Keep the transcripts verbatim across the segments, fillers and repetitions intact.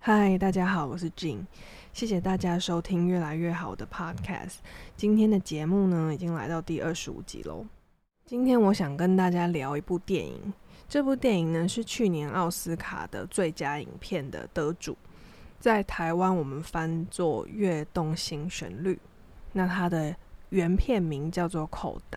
嗨，大家好，我是 Jin， 谢谢大家收听越来越好的 Podcast。今天的节目呢，已经来到第二十五集喽。今天我想跟大家聊一部电影，这部电影呢是去年奥斯卡的最佳影片的得主，在台湾我们翻作《跃动新旋律》，那它的原片名叫做《扣打》。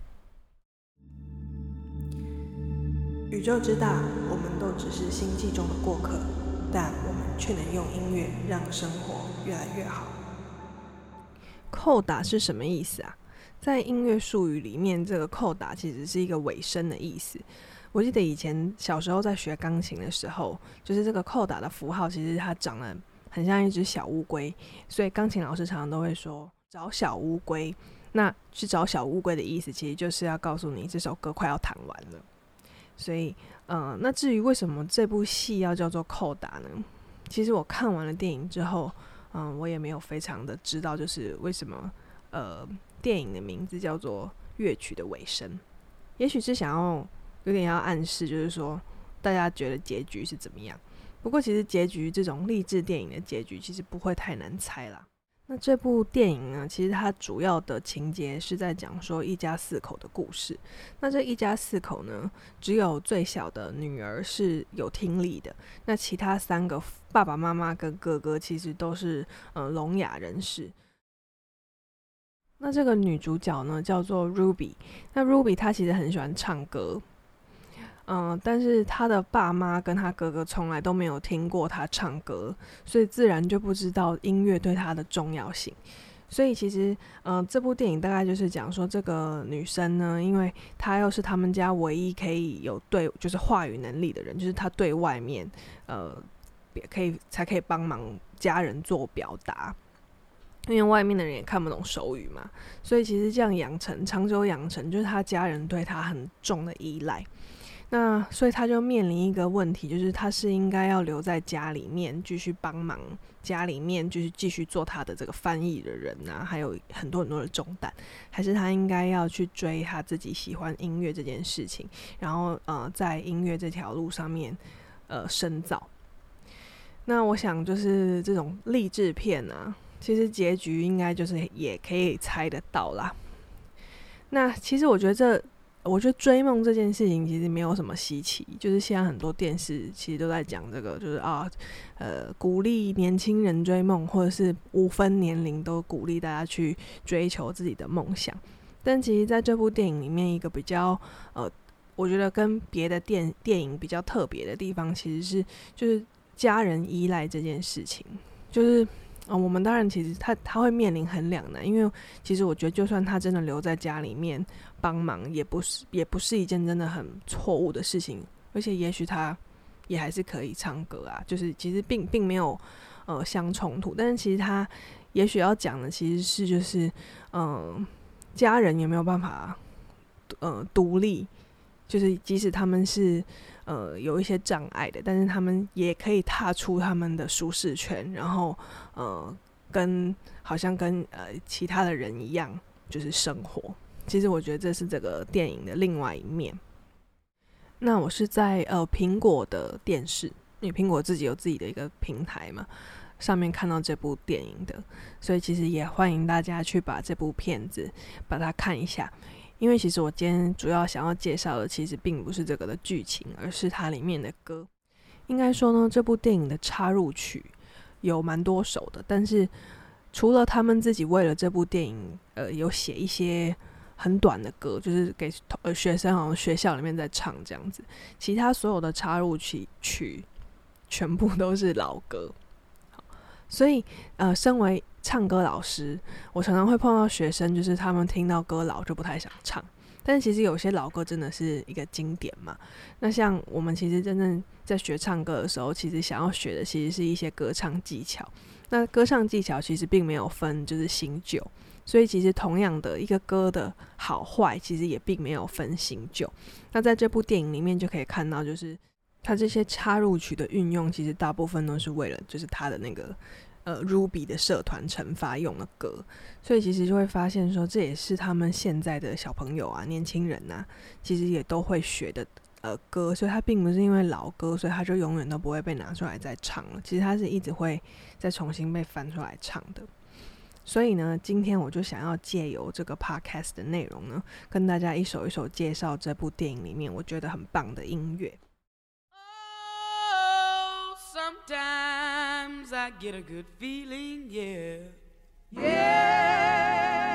宇宙之大，我们都只是星际中的过客，但我们却能用音乐让生活越来越好。扣打是什么意思啊？在音乐术语里面，这个扣打其实是一个尾声的意思。我记得以前小时候在学钢琴的时候，就是这个扣打的符号，其实它长得很像一只小乌龟，所以钢琴老师常常都会说找小乌龟。那去找小乌龟的意思，其实就是要告诉你这首歌快要弹完了。所以，呃，那至于为什么这部戏要叫做扣打呢？其实我看完了电影之后，嗯，我也没有非常的知道，就是为什么，呃，电影的名字叫做乐曲的尾声。也许是想要有点要暗示，就是说大家觉得结局是怎么样。不过，其实结局这种励志电影的结局，其实不会太难猜啦。那这部电影呢，其实它主要的情节是在讲说一家四口的故事。那这一家四口呢，只有最小的女儿是有听力的，那其他三个爸爸妈妈跟哥哥其实都是呃聋哑人士。那这个女主角呢叫做 Ruby， 那 Ruby 她其实很喜欢唱歌。嗯，但是他的爸妈跟他哥哥从来都没有听过他唱歌，所以自然就不知道音乐对他的重要性。所以其实，嗯、呃，这部电影大概就是讲说，这个女生呢，因为她又是他们家唯一可以有对就是话语能力的人，就是她对外面，呃，可以才可以帮忙家人做表达。因为外面的人也看不懂手语嘛，所以其实这样养成长久养成，就是他家人对他很重的依赖。那所以他就面临一个问题，就是他是应该要留在家里面继续帮忙家里面就是继续做他的这个翻译的人啊，还有很多很多的重担，还是他应该要去追他自己喜欢音乐这件事情，然后呃在音乐这条路上面呃深造。那我想就是这种励志片啊，其实结局应该就是也可以猜得到啦。那其实我觉得这我觉得追梦这件事情其实没有什么稀奇，就是现在很多电视其实都在讲这个，就是啊，呃，鼓励年轻人追梦，或者是无分年龄都鼓励大家去追求自己的梦想。但其实在这部电影里面，一个比较呃，我觉得跟别的电电影比较特别的地方，其实是就是家人依赖这件事情，就是。嗯、我们当然其实他他会面临很两难，因为其实我觉得就算他真的留在家里面帮忙，也不是也不是一件真的很错误的事情，而且也许他也还是可以唱歌啊，就是其实并并没有呃相冲突，但是其实他也许要讲的其实是就是嗯、呃、家人有没有办法呃独立，就是即使他们是呃有一些障碍的，但是他们也可以踏出他们的舒适圈，然后呃跟好像跟呃其他的人一样就是生活。其实我觉得这是这个电影的另外一面。那我是在呃苹果的电视，因为苹果自己有自己的一个平台嘛，上面看到这部电影的，所以其实也欢迎大家去把这部片子把它看一下。因为其实我今天主要想要介绍的其实并不是这个的剧情，而是它里面的歌。应该说呢，这部电影的插入曲有蛮多首的，但是除了他们自己为了这部电影呃有写一些很短的歌，就是给呃学生好像学校里面在唱这样子，其他所有的插入曲曲全部都是老歌。所以呃身为唱歌老师，我常常会碰到学生，就是他们听到歌老就不太想唱，但其实有些老歌真的是一个经典嘛。那像我们其实真正在学唱歌的时候，其实想要学的其实是一些歌唱技巧。那歌唱技巧其实并没有分就是新旧，所以其实同样的一个歌的好坏，其实也并没有分新旧。那在这部电影里面就可以看到，就是它这些插入曲的运用，其实大部分都是为了就是它的那个呃 Ruby 的社团惩罚用的歌，所以其实就会发现说，这也是他们现在的小朋友啊、年轻人啊，其实也都会学的呃歌，所以它并不是因为老歌，所以它就永远都不会被拿出来再唱了。其实它是一直会再重新被翻出来唱的。所以呢，今天我就想要借由这个 podcast 的内容呢，跟大家一首一首介绍这部电影里面我觉得很棒的音乐。 Oh, sometimes I get a good feeling, yeah, yeah.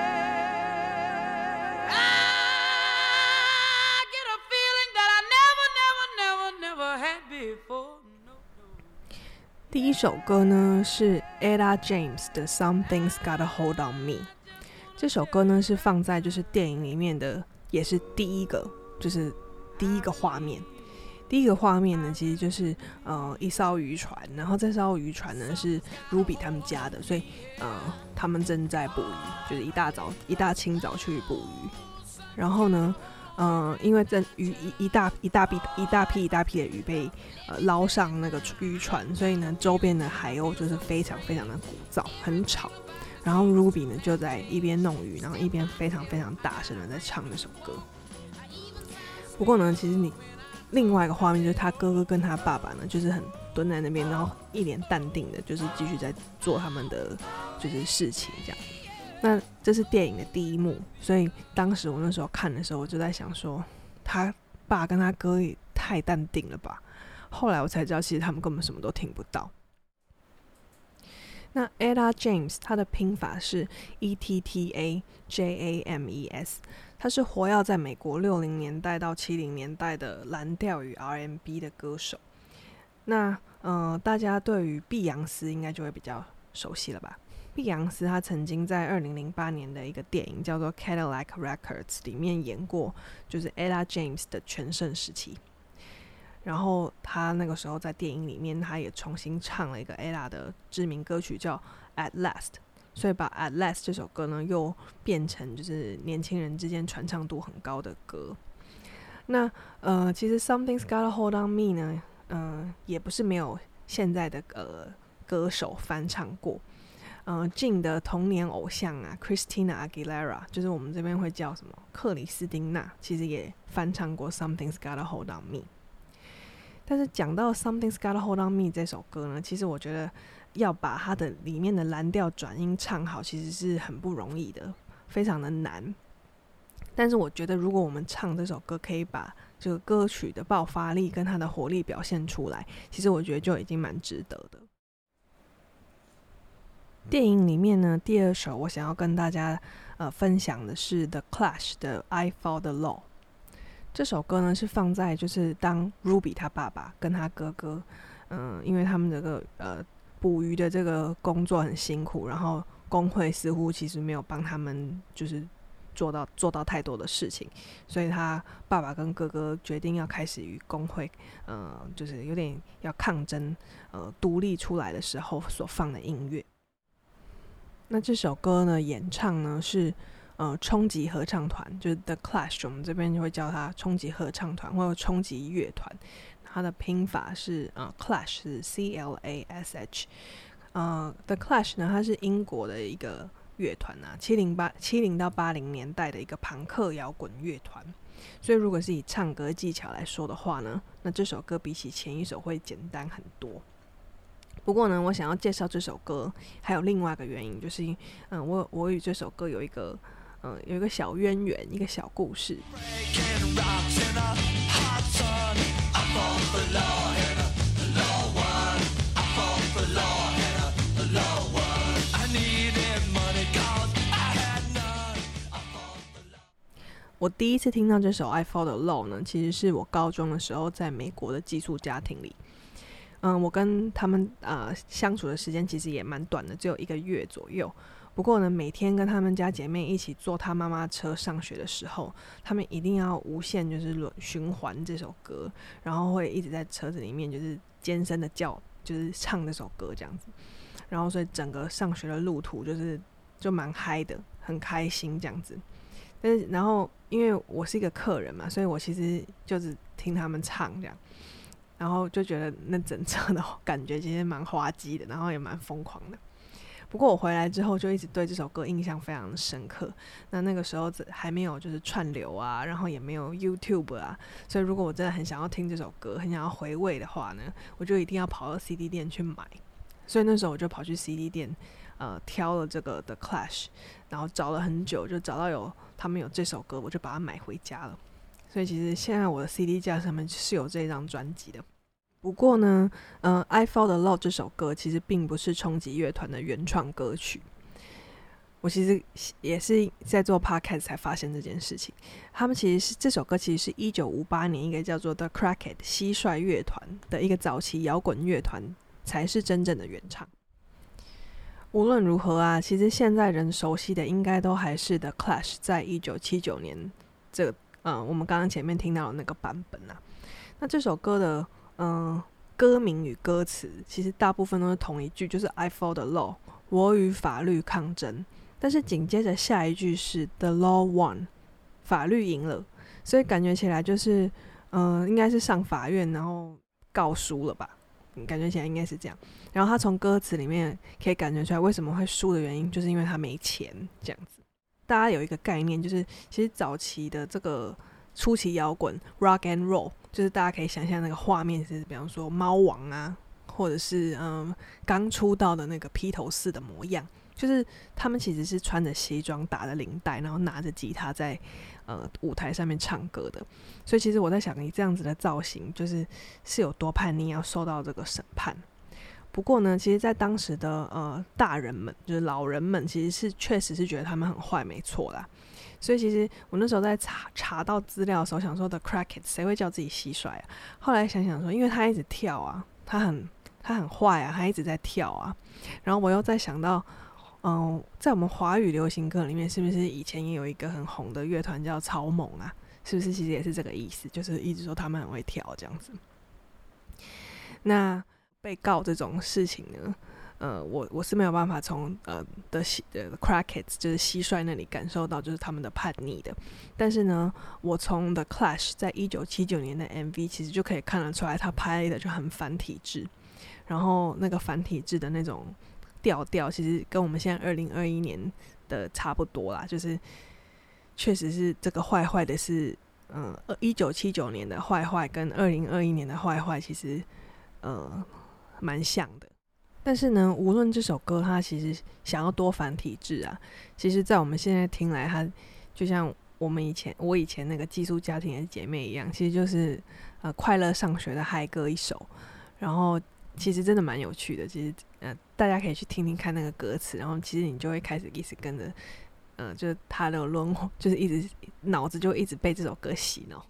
I get a feeling that I never, never, never, never had before. 第一首歌呢是 Etta James 的 Something's Got a Hold on Me。 这首歌呢是放在就是电影里面的，也是第一个就是第一个画面。第一个画面呢其实就是呃一艘渔船，然后这艘渔船呢是 Ruby 他们家的，所以呃他们正在捕鱼，就是一大早一大清早去捕鱼。然后呢呃，因为这鱼一一大一大批一大批一大批的鱼被呃捞上那个渔船，所以呢，周边的海鸥就是非常非常的鼓噪，很吵。然后 Ruby 呢就在一边弄鱼，然后一边非常非常大声的在唱这首歌。不过呢，其实你另外一个画面就是他哥哥跟他爸爸呢，就是很蹲在那边，然后一脸淡定的，就是继续在做他们的就是事情这样。那这是电影的第一幕，所以当时我那时候看的时候，我就在想说，他爸跟他哥也太淡定了吧。后来我才知道，其实他们根本什么都听不到。那 Etta James 她的拼法是 E T T A J A M E S， 她是活跃在美国六零年代到七零年代的蓝调与 R and B 的歌手。那呃，大家对于碧昂斯应该就会比较熟悉了吧？碧昂斯他曾经在二零零八年的一个电影叫做 Cadillac Records 里面演过就是 Etta James 的全盛时期，然后他那个时候在电影里面他也重新唱了一个 Etta 的知名歌曲叫 At Last， 所以把 At Last 这首歌呢又变成就是年轻人之间传唱度很高的歌。那呃，其实 Something's Got a Hold on Me 呢呃，也不是没有现在的呃歌手翻唱过。呃 Jin 的童年偶像啊 Christina Aguilera， 就是我们这边会叫什么克里斯汀娜，其实也翻唱过 Something's Got a Hold on Me。 但是讲到 Something's Got a Hold on Me 这首歌呢，其实我觉得要把它的里面的蓝调转音唱好其实是很不容易的，非常的难。但是我觉得如果我们唱这首歌可以把这个歌曲的爆发力跟它的活力表现出来，其实我觉得就已经蛮值得的。电影里面呢，第二首我想要跟大家呃分享的是 The Clash 的 I Fought the Law。 这首歌呢是放在就是当 Ruby 他爸爸跟他哥哥嗯、呃，因为他们这个呃捕鱼的这个工作很辛苦，然后工会似乎其实没有帮他们就是做到做到太多的事情，所以他爸爸跟哥哥决定要开始与工会呃就是有点要抗争呃独立出来的时候所放的音乐。那这首歌呢演唱呢是呃冲击合唱团，就是 The Clash， 我们这边就会叫它冲击合唱团或者冲击乐团。它的拼法是呃 Clash 是 C L A S H。 呃 The Clash 呢它是英国的一个乐团啊，七零八七零到八零年代的一个朋克摇滚乐团。所以如果是以唱歌技巧来说的话呢，那这首歌比起前一首会简单很多。不过呢，我想要介绍这首歌还有另外一个原因，就是嗯，我我与这首歌有一个嗯有一个小渊源，一个小故事。我第一次听到这首 I Fought the Law 呢，其实是我高中的时候在美国的寄宿家庭里。嗯，我跟他们呃相处的时间其实也蛮短的，只有一个月左右。不过呢，每天跟他们家姐妹一起坐他妈妈车上学的时候，他们一定要无限就是轮循环这首歌，然后会一直在车子里面就是尖声的叫，就是唱这首歌这样子。然后所以整个上学的路途就是就蛮嗨的，很开心这样子。但是然后因为我是一个客人嘛，所以我其实就是听他们唱这样。然后就觉得那整车的感觉其实蛮滑稽的，然后也蛮疯狂的。 不过我回来之后就一直对这首歌印象非常深刻。那那个时候还没有就是串流啊，然后也没有 YouTube 啊，所以如果我真的很想要听这首歌，很想要回味的话呢，我就一定要跑到 C D 店去买。所以那时候我就跑去 C D 店，呃，挑了这个 The Clash， 然后找了很久，就找到有他们有这首歌，我就把它买回家了。所以其实现在我的 C D 架上面是有这张专辑的。不过呢，呃 I Fall in Love 这首歌其实并不是冲击乐团的原创歌曲。我其实也是在做 podcast 才发现这件事情。他们其实是这首歌其实是一九五八年一个叫做 The Crackhead 蟋蟀乐团的一个早期摇滚乐团才是真正的原唱。无论如何啊，其实现在人熟悉的应该都还是 The Clash 在一九七九年这个嗯，我们刚刚前面听到的那个版本啊。那这首歌的嗯歌名与歌词其实大部分都是同一句，就是 I fought the law， 我与法律抗争。但是紧接着下一句是 The law won， 法律赢了，所以感觉起来就是嗯，应该是上法院然后告输了吧，感觉起来应该是这样。然后他从歌词里面可以感觉出来为什么会输的原因，就是因为他没钱这样子。大家有一个概念，就是其实早期的这个初期摇滚 rock and roll， 就是大家可以想象那个画面是比方说猫王啊，或者是嗯刚出道的那个披头士的模样，就是他们其实是穿着西装打着领带，然后拿着吉他在呃舞台上面唱歌的。所以其实我在想，你这样子的造型就是是有多叛逆，要受到这个审判。不过呢，其实在当时的呃大人们，就是老人们，其实是确实是觉得他们很坏，没错啦。所以其实我那时候在查查到资料的时候，想说 The Crackhead 谁会叫自己蟋蟀啊？后来想想说，因为他一直跳啊，他很他很坏啊，他一直在跳啊。然后我又再想到，嗯、呃，在我们华语流行歌里面，是不是以前也有一个很红的乐团叫草蜢啊？是不是其实也是这个意思？就是一直说他们很会跳这样子。那被告这种事情呢，呃，我我是没有办法从呃的的 Crackheads 就是蟋蟀那里感受到就是他们的叛逆的，但是呢，我从 The Clash 在一九七九年的 M V 其实就可以看得出来，他拍的就很反体制，然后那个反体制的那种调调，其实跟我们现在二零二一年的差不多啦，就是确实是这个坏坏的是，嗯、呃，一九七九年的坏坏跟二零二一年的坏坏其实呃蛮像的。但是呢，无论这首歌它其实想要多反体制啊，其实在我们现在听来，它就像我们以前我以前那个寄宿家庭的姐妹一样，其实就是呃快乐上学的嗨歌一首。然后其实真的蛮有趣的，其实呃大家可以去听听看那个歌词，然后其实你就会开始一直跟着呃就是他的轮廓，就是一直脑子就一直被这首歌洗脑。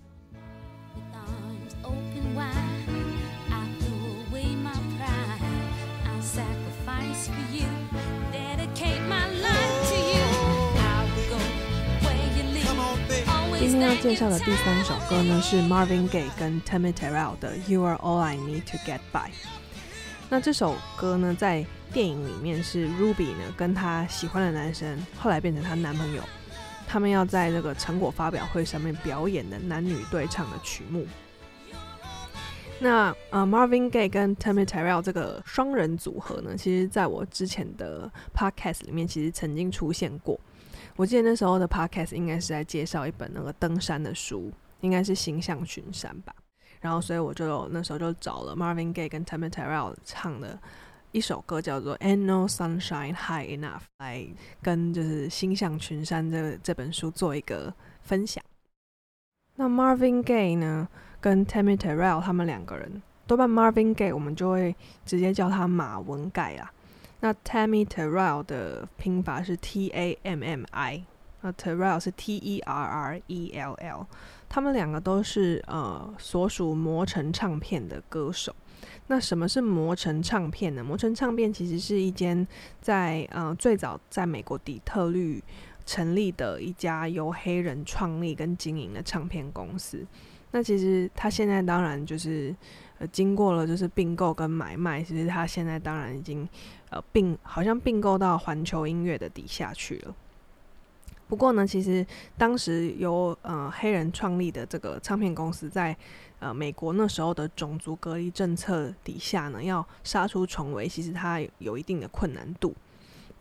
今天要介绍的第三首歌呢是 Marvin Gaye 跟 Tammy Terrell 的 You Are All I Need to Get By。 那这首歌呢在电影里面是 Ruby 呢跟她喜欢的男生后来变成她男朋友，他们要在这个成果发表会上面表演的男女对唱的曲目。那呃 Marvin Gaye 跟 Tammy Terrell 这个双人组合呢，其实在我之前的 podcast 里面其实曾经出现过。我记得那时候的 podcast 应该是在介绍一本那个登山的书，应该是星象群山吧。然后所以我就那时候就找了 Marvin Gaye 跟 Tammy Terrell 唱的一首歌叫做 Ain't No Sunshine High Enough 来跟就是星象群山 这, 这本书做一个分享。那 Marvin Gaye 呢跟 Tammy Terrell 他们两个人，多半 Marvin Gaye 我们就会直接叫他马文盖啦。那 Tammy Terrell 的拼法是 T A M M I， 那 Terrell 是 T E R R E L L。 他们两个都是呃所属魔城唱片的歌手。那什么是魔城唱片呢？魔城唱片其实是一间在呃最早在美国底特律成立的一家由黑人创立跟经营的唱片公司。那其实他现在当然就是呃经过了就是并购跟买卖，其实他现在当然已经呃并好像并购到环球音乐的底下去了。不过呢，其实当时由呃黑人创立的这个唱片公司在呃美国那时候的种族隔离政策底下呢，要杀出重围，其实它有一定的困难度。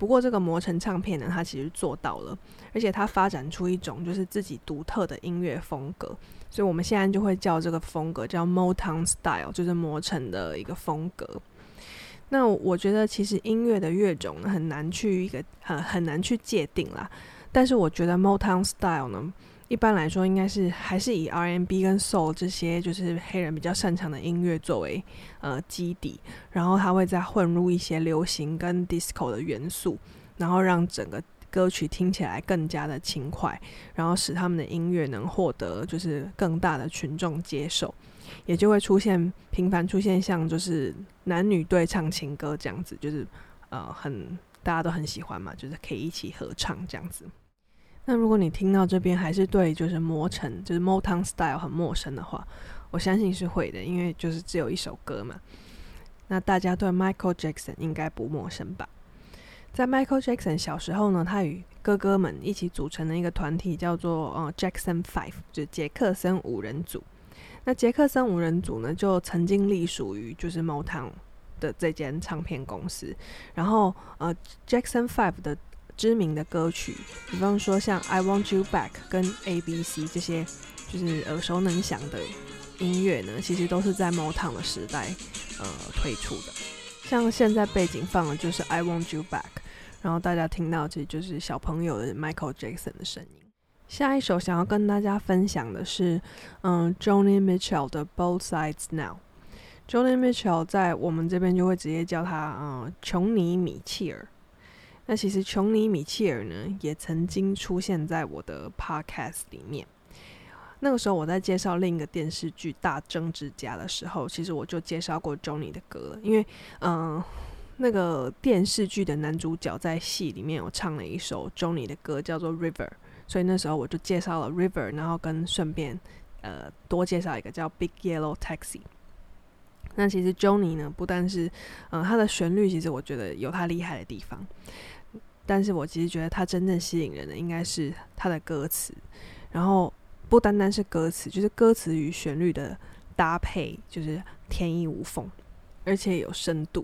不过这个魔城唱片呢，它其实做到了，而且它发展出一种就是自己独特的音乐风格，所以我们现在就会叫这个风格叫 Motown Style， 就是魔城的一个风格。那我觉得其实音乐的乐种呢很难去一个很很难去界定啦，但是我觉得 Motown Style 呢，一般来说应该是还是以 R and B 跟 Soul 这些就是黑人比较擅长的音乐作为呃基底，然后它会再混入一些流行跟 Disco 的元素，然后让整个歌曲听起来更加的轻快，然后使他们的音乐能获得就是更大的群众接受，也就会出现频繁出现像就是男女对唱情歌这样子，就是呃很大家都很喜欢嘛，就是可以一起合唱这样子。那如果你听到这边还是对就是魔城就是 Motown Style 很陌生的话，我相信是会的，因为就是只有一首歌嘛。那大家对 Michael Jackson 应该不陌生吧？在 Michael Jackson 小时候呢，他与哥哥们一起组成的一个团体叫做、呃、Jackson Five， 就是杰克森五人组。那杰克森五人组呢，就曾经隶属于就是 Motown 的这间唱片公司。然后呃 Jackson Five 的知名的歌曲，比方说像 I Want You Back 跟 A B C 这些就是耳熟能详的音乐呢，其实都是在 Motown 的时代呃推出的。像现在背景放的就是 I Want You Back， 然后大家听到其实就是小朋友的 Michael Jackson 的声音。下一首想要跟大家分享的是嗯 Joni Mitchell 的 Both Sides Now。 Joni Mitchell 在我们这边就会直接叫他嗯琼尼米切尔。那其实琼尼米切尔呢也曾经出现在我的 podcast 里面。那个时候我在介绍另一个电视剧《大政治家》的时候，其实我就介绍过 Joni 的歌了，因为嗯、呃，那个电视剧的男主角在戏里面有唱了一首 Joni 的歌叫做 River， 所以那时候我就介绍了 River， 然后跟顺便呃多介绍一个叫 Big Yellow Taxi。那其实 Joni 呢不但是呃他的旋律其实我觉得有他厉害的地方，但是我其实觉得他真正吸引人的应该是他的歌词，然后不单单是歌词，就是歌词与旋律的搭配就是天衣无缝，而且有深度。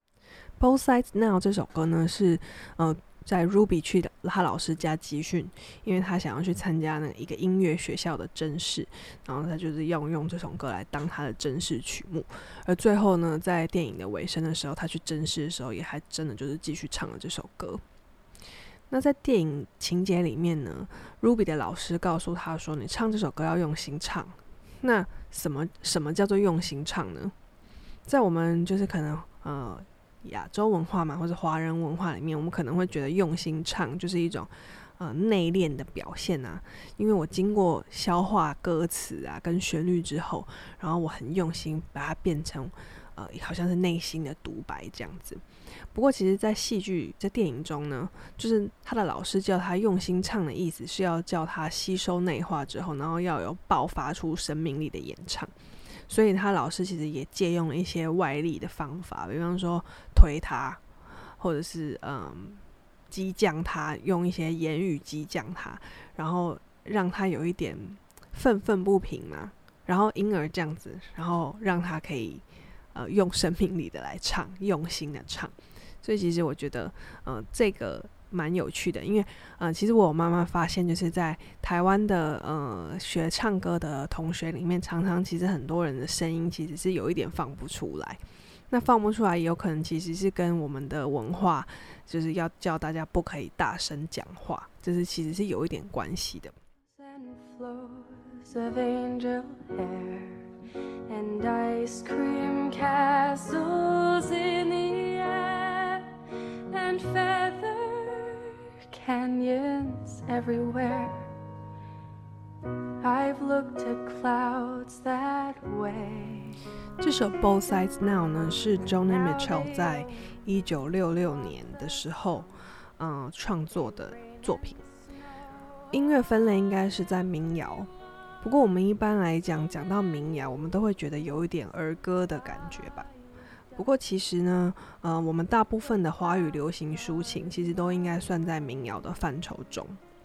Both Sides Now 这首歌呢是呃在 Ruby 去他老师家集训，因为他想要去参加那一个音乐学校的甄试，然后他就是要用这首歌来当他的甄试曲目。而最后呢，在电影的尾声的时候，他去甄试的时候也还真的就是继续唱了这首歌。那在电影情节里面呢， Ruby 的老师告诉他说，你唱这首歌要用心唱。那什么什么叫做用心唱呢？在我们就是可能呃亚洲文化嘛，或者华人文化里面，我们可能会觉得用心唱就是一种呃内敛的表现啊，因为我经过消化歌词啊跟旋律之后，然后我很用心把它变成呃好像是内心的独白这样子。不过其实在戏剧在电影中呢，就是他的老师叫他用心唱的意思是要叫他吸收内化之后，然后要有爆发出生命力的演唱。所以他老师其实也借用了一些外力的方法，比方说推他，或者是嗯激将他，用一些言语激将他，然后让他有一点愤愤不平嘛，然后因而这样子，然后让他可以呃用生命力的来唱，用心的唱。所以其实我觉得呃这个蛮有趣的，因为呃其实我妈妈发现就是在台湾的呃学唱歌的同学里面，常常其实很多人的声音其实是有一点放不出来。那放不出来也有可能其实是跟我们的文化就是要叫大家不可以大声讲话，这是其实是有一点关系的。Of angel hair and ice cream castles in the air and feather canyons everywhere. I've looked at clouds that way. 这首 Both Sides Now 呢是 Joni Mitchell 在一九六六年的时候嗯创作的作品，音乐分类应该是在民谣。不过我们一般来讲讲到民谣，我们都会觉得有一点儿歌的感觉吧。不过其实呢呃，我们大部分的华语流行抒情其实都应该算在民谣的范畴中。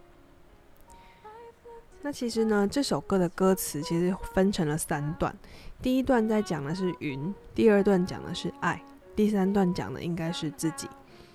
那其实呢这首歌的歌词其实分成了三段，第一段在讲的是云，第二段讲的是爱，第三段讲的应该是自己。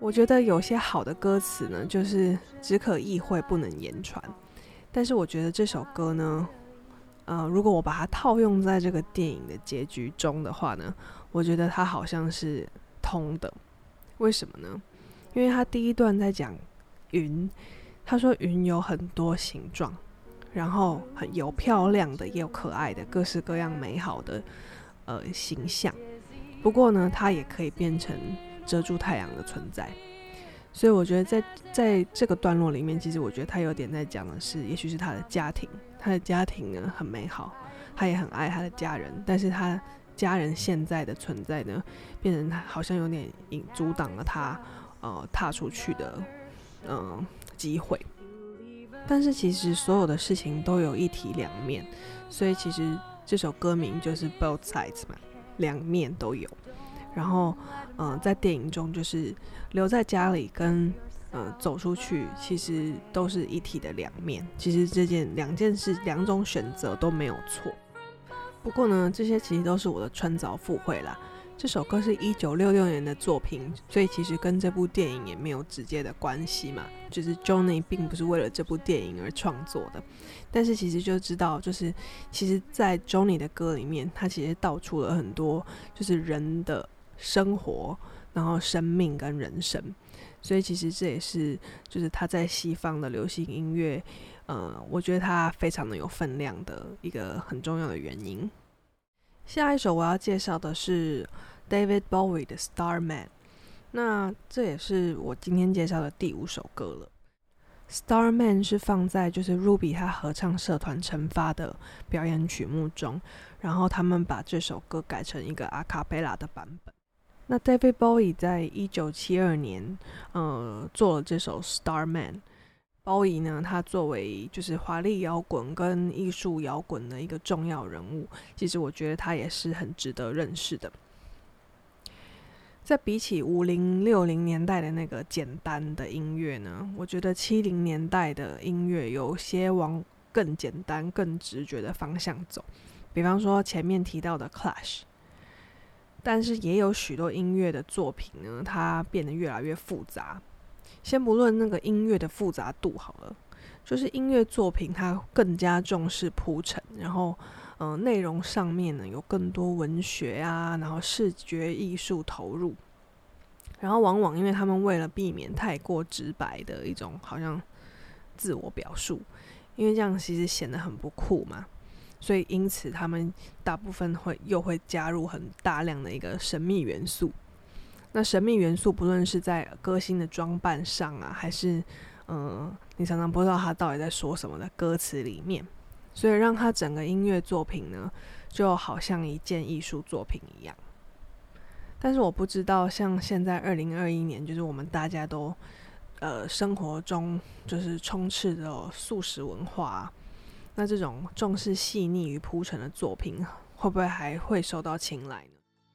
我觉得有些好的歌词呢，就是只可意会不能言传。但是我觉得这首歌呢，呃，如果我把它套用在这个电影的结局中的话呢，我觉得它好像是通的。为什么呢？因为它第一段在讲云，他说云有很多形状，然后很有漂亮的，也有可爱的，各式各样美好的呃形象。不过呢，它也可以变成遮住太阳的存在。所以我觉得在在这个段落里面，其实我觉得他有点在讲的是，也许是他的家庭，他的家庭呢很美好，他也很爱他的家人，但是他家人现在的存在呢，变成好像有点阻挡了他呃踏出去的嗯、呃、机会。但是其实所有的事情都有一体两面，所以其实这首歌名就是 Both Sides 嘛，两面都有。然后，呃，在电影中就是留在家里跟呃走出去，其实都是一体的两面。其实这件两件事两种选择都没有错。不过呢，这些其实都是我的穿凿附会啦。这首歌是一九六六年的作品，所以其实跟这部电影也没有直接的关系嘛。就是 Johnny 并不是为了这部电影而创作的，但是其实就知道，就是其实，在 Johnny 的歌里面，他其实道出了很多就是人的生活，然后生命跟人生，所以其实这也是就是他在西方的流行音乐，呃，我觉得他非常的有分量的一个很重要的原因。下一首我要介绍的是 David Bowie 的 Starman， 那这也是我今天介绍的第五首歌了。Starman 是放在就是 Ruby 他合唱社团惩罚的表演曲目中，然后他们把这首歌改成一个阿卡贝拉的版本。那 David Bowie 在一九七二年呃做了这首 Starman。 Bowie 呢，他作为就是华丽摇滚跟艺术摇滚的一个重要人物，其实我觉得他也是很值得认识的。在比起五零六零年代的那个简单的音乐呢，我觉得七零年代的音乐有些往更简单更直觉的方向走，比方说前面提到的 Clash。 但是也有许多音乐的作品呢，它变得越来越复杂。先不论那个音乐的复杂度好了，就是音乐作品它更加重视铺陈，然后呃内容上面呢有更多文学啊，然后视觉艺术投入，然后往往因为他们为了避免太过直白的一种好像自我表述，因为这样其实显得很不酷嘛，所以因此他们大部分会又会加入很大量的一个神秘元素。那神秘元素不论是在歌星的装扮上啊，还是嗯你常常不知道他到底在说什么的歌词里面，所以让他整个音乐作品呢就好像一件艺术作品一样。但是我不知道像现在二零二一年，就是我们大家都呃生活中就是充斥着速食文化啊，那这种重视细腻与铺陈的作品会不会还会受到青睐呢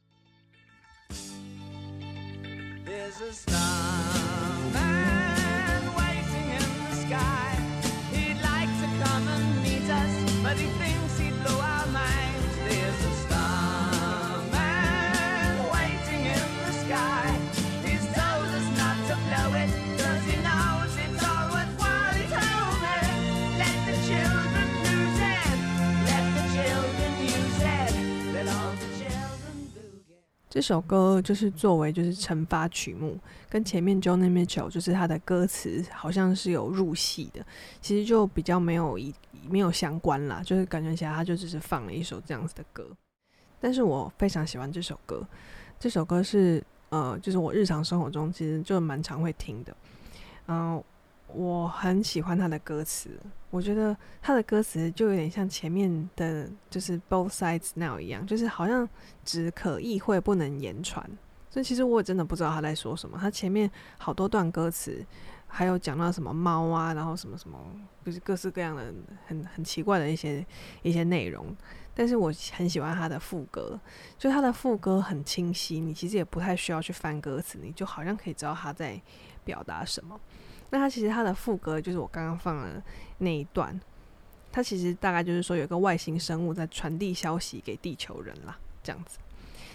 ？There's a starman waiting in the sky. He'd like to come and meet us, but he thinks he'd blow our minds. There's a starman waiting in the sky. He's told us not to blow it, 'cause he knows it's all worthwhile. He told me, let the children lose it, let the children use it, let all the children boogie. 这首歌就是作为就是惩罚曲目，跟前面 Joni Mitchell 就是他的歌词好像是有入戏的，其实就比较没有没有相关啦，就是感觉起来他就只是放了一首这样子的歌。但是我非常喜欢这首歌，这首歌是呃，就是我日常生活中其实就蛮常会听的，嗯、呃，我很喜欢他的歌词，我觉得他的歌词就有点像前面的就是 Both Sides Now 一样，就是好像只可意会不能言传，所以其实我真的不知道他在说什么。他前面好多段歌词还有讲到什么猫啊，然后什么什么就是各式各样的很很奇怪的一些一些内容，但是我很喜欢他的副歌，就他的副歌很清晰，你其实也不太需要去翻歌词，你就好像可以知道他在表达什么。那他其实他的副歌就是我刚刚放的那一段，他其实大概就是说有一个外星生物在传递消息给地球人啦，这样子。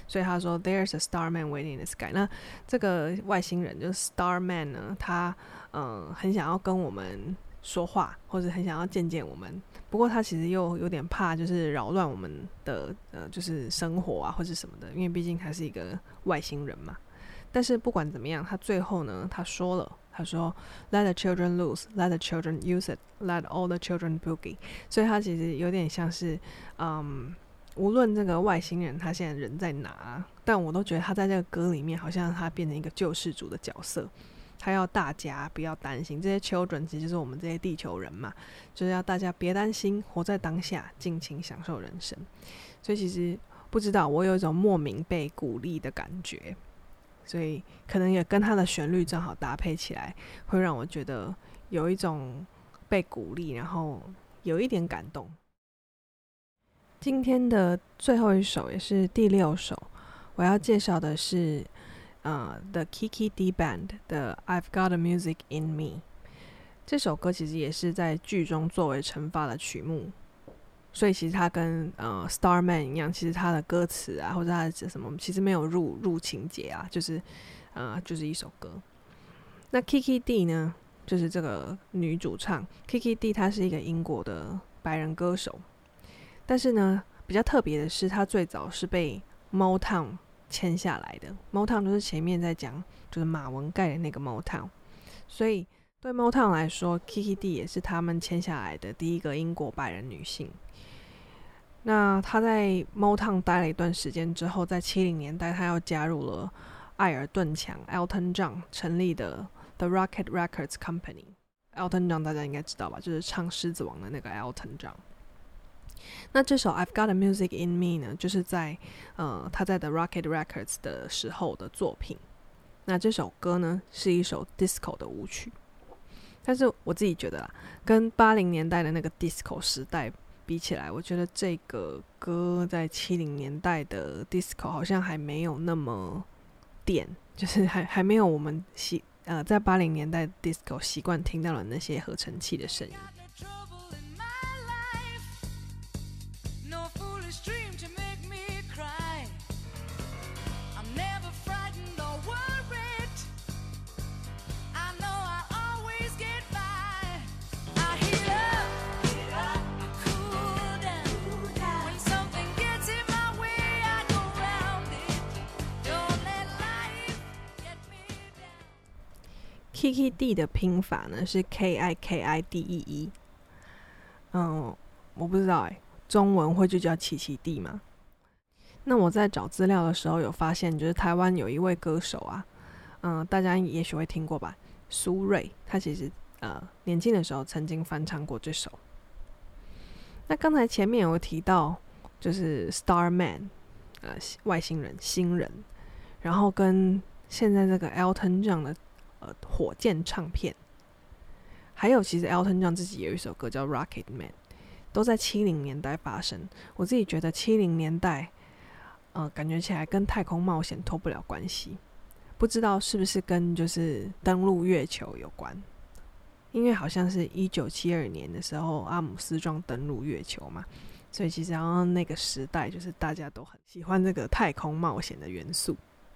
所以他说 There's a starman waiting in the sky。 那这个外星人就是 starman 呢，他呃很想要跟我们说话，或者很想要见见我们，不过他其实又有点怕就是扰乱我们的呃就是生活啊或是什么的，因为毕竟他是一个外星人嘛。但是不管怎么样，他最后呢他说了，他说 Let the children loose, let the children use it, let all the children boogie。 所以他其实有点像是嗯，无论这个外星人他现在人在哪，但我都觉得他在这个歌里面好像他变成一个救世主的角色，他要大家不要担心，这些 children 其实就是我们这些地球人嘛，就是要大家别担心，活在当下，尽情享受人生。所以其实不知道，我有一种莫名被鼓励的感觉，所以可能也跟他的旋律正好搭配起来，会让我觉得有一种被鼓励，然后有一点感动。今天的最后一首也是第六首，我要介绍的是Uh, The Kiki D Band 的 I've Got a Music in Me。 这首歌其实也是在剧中作为惩罚的曲目，所以其实它跟呃 Starman 一样，其实它的歌词啊或者它的什么其实没有入入情节啊，就是呃就是一首歌。那 Kiki D 呢，就是这个女主唱 Kiki D， 她是一个英国的白人歌手，但是呢比较特别的是，她最早是被 Motown签下来的。 Motown 就是前面在讲就是马文盖的那个 Motown， 所以对 Motown 来说 Kiki D 也是他们签下来的第一个英国白人女性。那她在 Motown 待了一段时间之后，在七零年代她又加入了艾尔顿强 Elton John 成立的 The Rocket Records Company。 Elton John 大家应该知道吧，就是唱狮子王的那个 Elton John。那这首 I've Got a Music in Me 呢，就是在呃他在 The Rocket Records 的时候的作品。那这首歌呢是一首 disco 的舞曲，但是我自己觉得啦，跟八零年代的那个 disco 时代比起来，我觉得这个歌在七零年代的 disco 好像还没有那么电，就是还还没有我们习呃在八零年代 disco 习惯听到的那些合成器的声音。Kiki D 的拼法呢是 K I K I D E E。 嗯，我不知道哎，中文会就叫奇奇弟吗？那我在找资料的时候有发现，就是台湾有一位歌手啊，嗯，大家也许会听过吧，苏芮，他其实呃年轻的时候曾经翻唱过这首。那刚才前面有提到，就是 Starman， 呃，外星人、星人，然后跟现在这个 Elton John 的呃火箭唱片，还有其实 Elton John 自己有一首歌叫 Rocket Man， 都在七零年代发生。我自己觉得七零年代呃，感觉起来跟太空冒险脱不了关系，不知道是不是跟就是登陆月球有关，因为好像是一九七二年的时候阿姆斯壮登陆月球嘛，所以其实好像那个时代就是大家都很喜欢这个太空冒险的元素。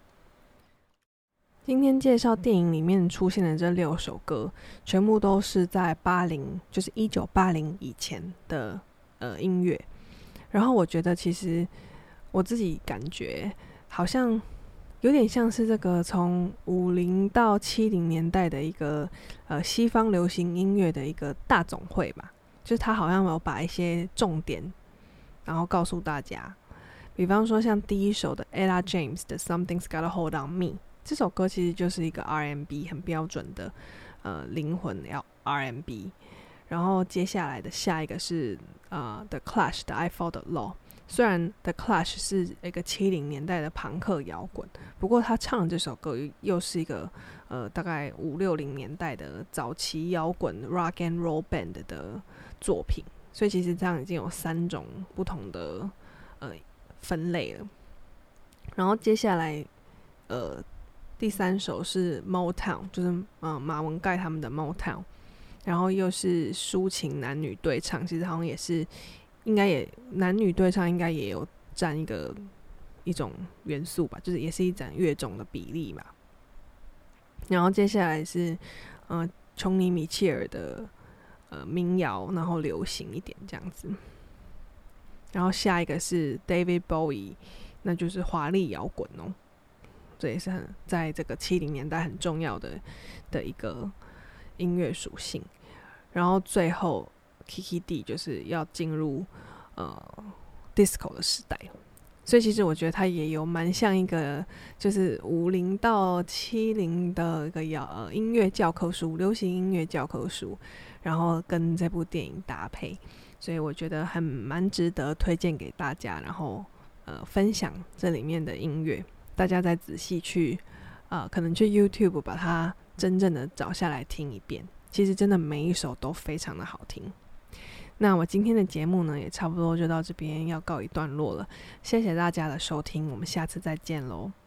今天介绍电影里面出现的这六首歌，全部都是在八零，就是一九八零以前的呃音乐。然后我觉得其实我自己感觉好像有点像是这个从五零到七零年代的一个呃西方流行音乐的一个大总会吧，就是他好像有把一些重点然后告诉大家。比方说像第一首的 Ella James 的 Something's Got a Hold on Me， 这首歌其实就是一个 R and B 很标准的呃灵魂 R and B。 然后接下来的下一个是呃 The Clash 的 I Fought the Law。虽然 The Clash 是一个七零年代的朋克摇滚，不过他唱的这首歌又是一个呃大概五六零年代的早期摇滚 Rock and Roll Band 的作品，所以其实这样已经有三种不同的呃分类了。然后接下来呃第三首是 Motown， 就是呃马文盖他们的 Motown， 然后又是抒情男女对唱，其实好像也是应该也男女对唱应该也有占一个一种元素吧，就是也是一种乐种的比例嘛。然后接下来是呃琼尼米切尔的呃民谣，然后流行一点这样子。然后下一个是 David Bowie， 那就是华丽摇滚哦，这也是很在这个七零年代很重要的的一个音乐属性。然后最后 Kiki D 就是要进入呃 disco 的时代，所以其实我觉得它也有蛮像一个就是五零到七零的一个摇、呃、音乐教科书，流行音乐教科书，然后跟这部电影搭配，所以我觉得很蛮值得推荐给大家，然后呃分享这里面的音乐，大家再仔细去呃可能去 YouTube 把它真正的找下来听一遍，其实真的每一首都非常的好听。那我今天的节目呢也差不多就到这边要告一段落了，谢谢大家的收听，我们下次再见咯。